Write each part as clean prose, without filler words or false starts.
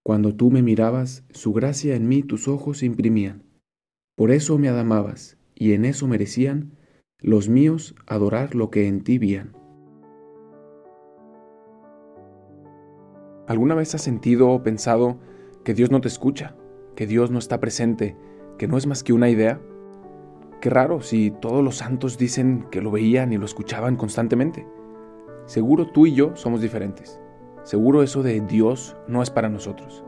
Cuando tú me mirabas, su gracia en mí tus ojos imprimían. Por eso me amabas, y en eso merecían los míos adorar lo que en ti vían. ¿Alguna vez has sentido o pensado que Dios no te escucha, que Dios no está presente, que no es más que una idea? Qué raro si todos los santos dicen que lo veían y lo escuchaban constantemente. Seguro tú y yo somos diferentes. Seguro eso de Dios no es para nosotros.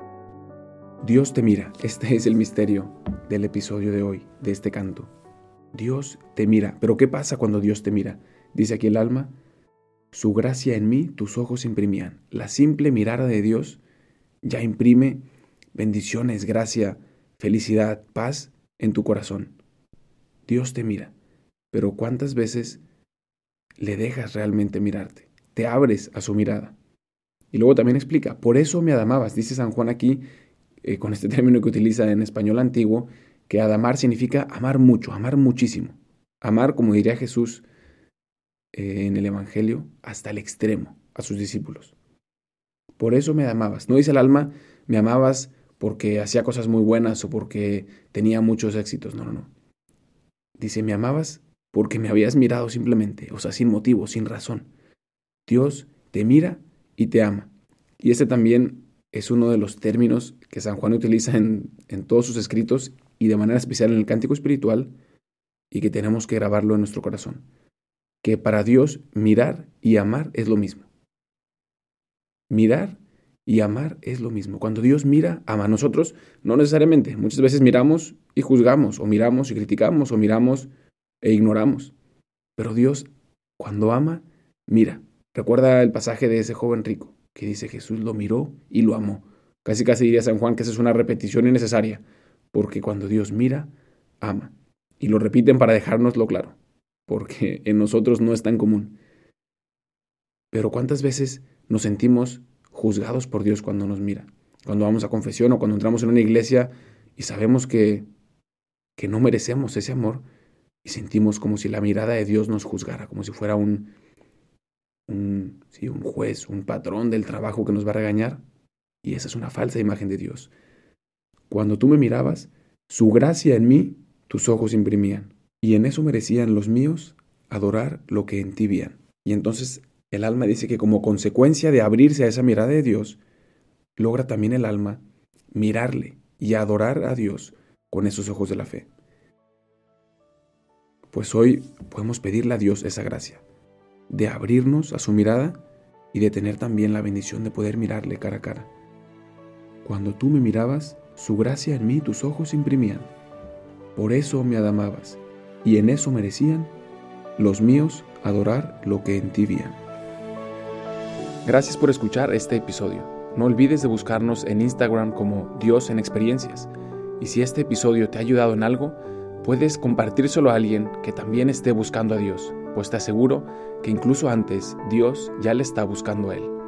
Dios te mira. Este es el misterio del episodio de hoy, de este canto. Dios te mira. ¿Pero qué pasa cuando Dios te mira? Dice aquí el alma, su gracia en mí tus ojos imprimían. La simple mirada de Dios ya imprime bendiciones, gracia, felicidad, paz en tu corazón. Dios te mira. Pero ¿cuántas veces le dejas realmente mirarte? Te abres a su mirada. Y luego también explica, por eso me adamabas, dice San Juan aquí, con este término que utiliza en español antiguo, que adamar significa amar mucho, amar muchísimo. Amar, como diría Jesús en el Evangelio, hasta el extremo a sus discípulos. Por eso me amabas. No dice el alma, me amabas porque hacía cosas muy buenas o porque tenía muchos éxitos. No, no, no. Dice, me amabas porque me habías mirado simplemente, o sea, sin motivo, sin razón. Dios te mira y te ama. Y este también es uno de los términos que San Juan utiliza en todos sus escritos y de manera especial en el Cántico Espiritual, y que tenemos que grabarlo en nuestro corazón. Que para Dios mirar y amar es lo mismo. Mirar y amar es lo mismo. Cuando Dios mira, ama. Nosotros no necesariamente. Muchas veces miramos y juzgamos, o miramos y criticamos, o miramos e ignoramos. Pero Dios, cuando ama, mira. Recuerda el pasaje de ese joven rico, que dice Jesús lo miró y lo amó. Casi diría San Juan que esa es una repetición innecesaria, porque cuando Dios mira, ama. Y lo repiten para dejárnoslo claro, porque en nosotros no es tan común. Pero ¿cuántas veces nos sentimos juzgados por Dios cuando nos mira? Cuando vamos a confesión o cuando entramos en una iglesia y sabemos que no merecemos ese amor y sentimos como si la mirada de Dios nos juzgara, como si fuera un juez, un patrón del trabajo que nos va a regañar. Y esa es una falsa imagen de Dios. Cuando tú me mirabas, su gracia en mí tus ojos imprimían, y en eso merecían los míos adorar lo que en ti vían. Y entonces el alma dice que como consecuencia de abrirse a esa mirada de Dios, logra también el alma mirarle y adorar a Dios con esos ojos de la fe. Pues hoy podemos pedirle a Dios esa gracia, de abrirnos a su mirada y de tener también la bendición de poder mirarle cara a cara. Cuando tú me mirabas, su gracia en mí tus ojos imprimían. Por eso me adamabas, y en eso merecían los míos adorar lo que en ti vían. Gracias por escuchar este episodio. No olvides de buscarnos en Instagram como Dios en Experiencias. Y si este episodio te ha ayudado en algo, puedes compartírselo a alguien que también esté buscando a Dios, pues te aseguro que incluso antes Dios ya le está buscando a él.